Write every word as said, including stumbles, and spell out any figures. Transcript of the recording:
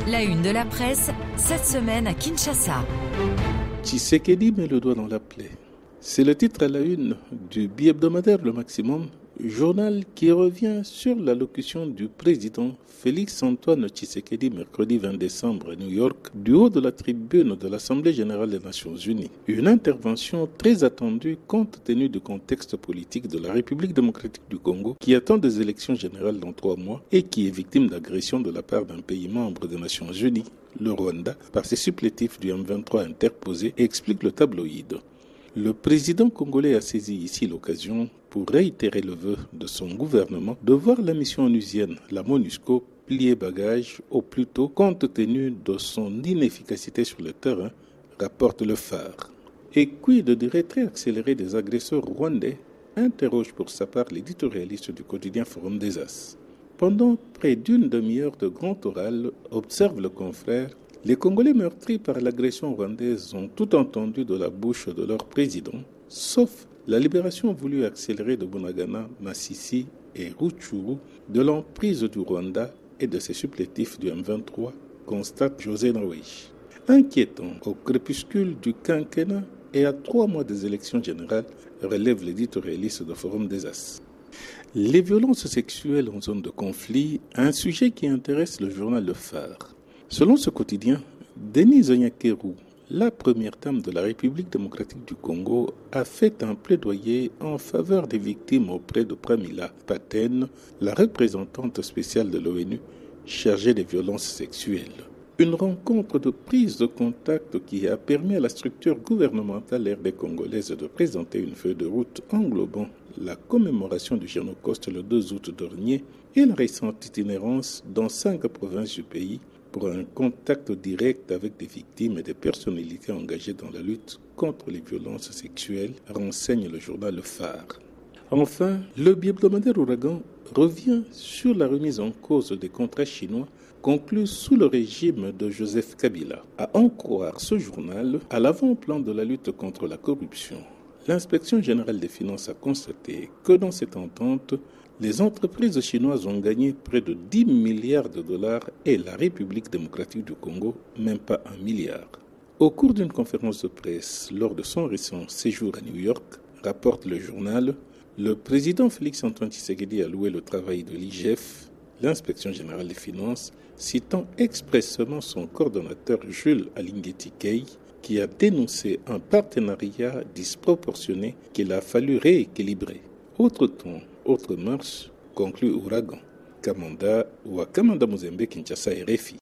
La une de la presse, cette semaine à Kinshasa. Tshisekedi met le doigt dans la plaie. C'est le titre à la une du bi-hebdomadaire Le Maximum, journal qui revient sur l'allocution du président Félix-Antoine Tshisekedi mercredi vingt décembre à New York, du haut de la tribune de l'Assemblée générale des Nations unies. Une intervention très attendue compte tenu du contexte politique de la République démocratique du Congo qui attend des élections générales dans trois mois et qui est victime d'agression de la part d'un pays membre des Nations unies, le Rwanda, par ses supplétifs du M vingt-trois interposés, explique le tabloïd. Le président congolais a saisi ici l'occasion pour réitérer le vœu de son gouvernement de voir la mission onusienne, la MONUSCO, plier bagage au plus tôt compte tenu de son inefficacité sur le terrain, rapporte le phare. Et quid du retrait accéléré des agresseurs rwandais, interroge pour sa part l'éditorialiste du quotidien Forum des As. Pendant près d'une demi-heure de grand oral, observe le confrère, les Congolais meurtris par l'agression rwandaise ont tout entendu de la bouche de leur président, sauf la libération voulue accélérer de Bunagana, Masisi et Rutshuru de l'emprise du Rwanda et de ses supplétifs du M vingt-trois, constate José Naweish. Inquiétant au crépuscule du quinquennat et à trois mois des élections générales, relève l'éditorialiste de Forum des As. Les violences sexuelles en zone de conflit, un sujet qui intéresse le journal Le Phare. Selon ce quotidien, Denise Onyakeru, la première dame de la République démocratique du Congo, a fait un plaidoyer en faveur des victimes auprès de Pramila Patten, la représentante spéciale de l'ONU chargée des violences sexuelles. Une rencontre de prise de contact qui a permis à la structure gouvernementale R D congolaise de présenter une feuille de route englobant la commémoration du Génocoste le deux août dernier et la récente itinérance dans cinq provinces du pays pour un contact direct avec des victimes et des personnalités engagées dans la lutte contre les violences sexuelles, renseigne le journal Le Phare. Enfin, le bi-hebdomadaire Ouragan revient sur la remise en cause des contrats chinois conclus sous le régime de Joseph Kabila. À en croire ce journal, à l'avant-plan de la lutte contre la corruption, l'Inspection générale des finances a constaté que dans cette entente, les entreprises chinoises ont gagné près de dix milliards de dollars et la République démocratique du Congo, même pas un milliard. Au cours d'une conférence de presse lors de son récent séjour à New York, rapporte le journal, le président Félix-Antoine Tshisekedi a loué le travail de l'I G F, l'Inspection générale des finances, citant expressément son coordonnateur Jules Alingeti-Key, qui a dénoncé un partenariat disproportionné qu'il a fallu rééquilibrer. Autre ton, autre marche, conclut Ouragan. Kamanda ou à Kamanda Muzembe, Kinshasa et R F I.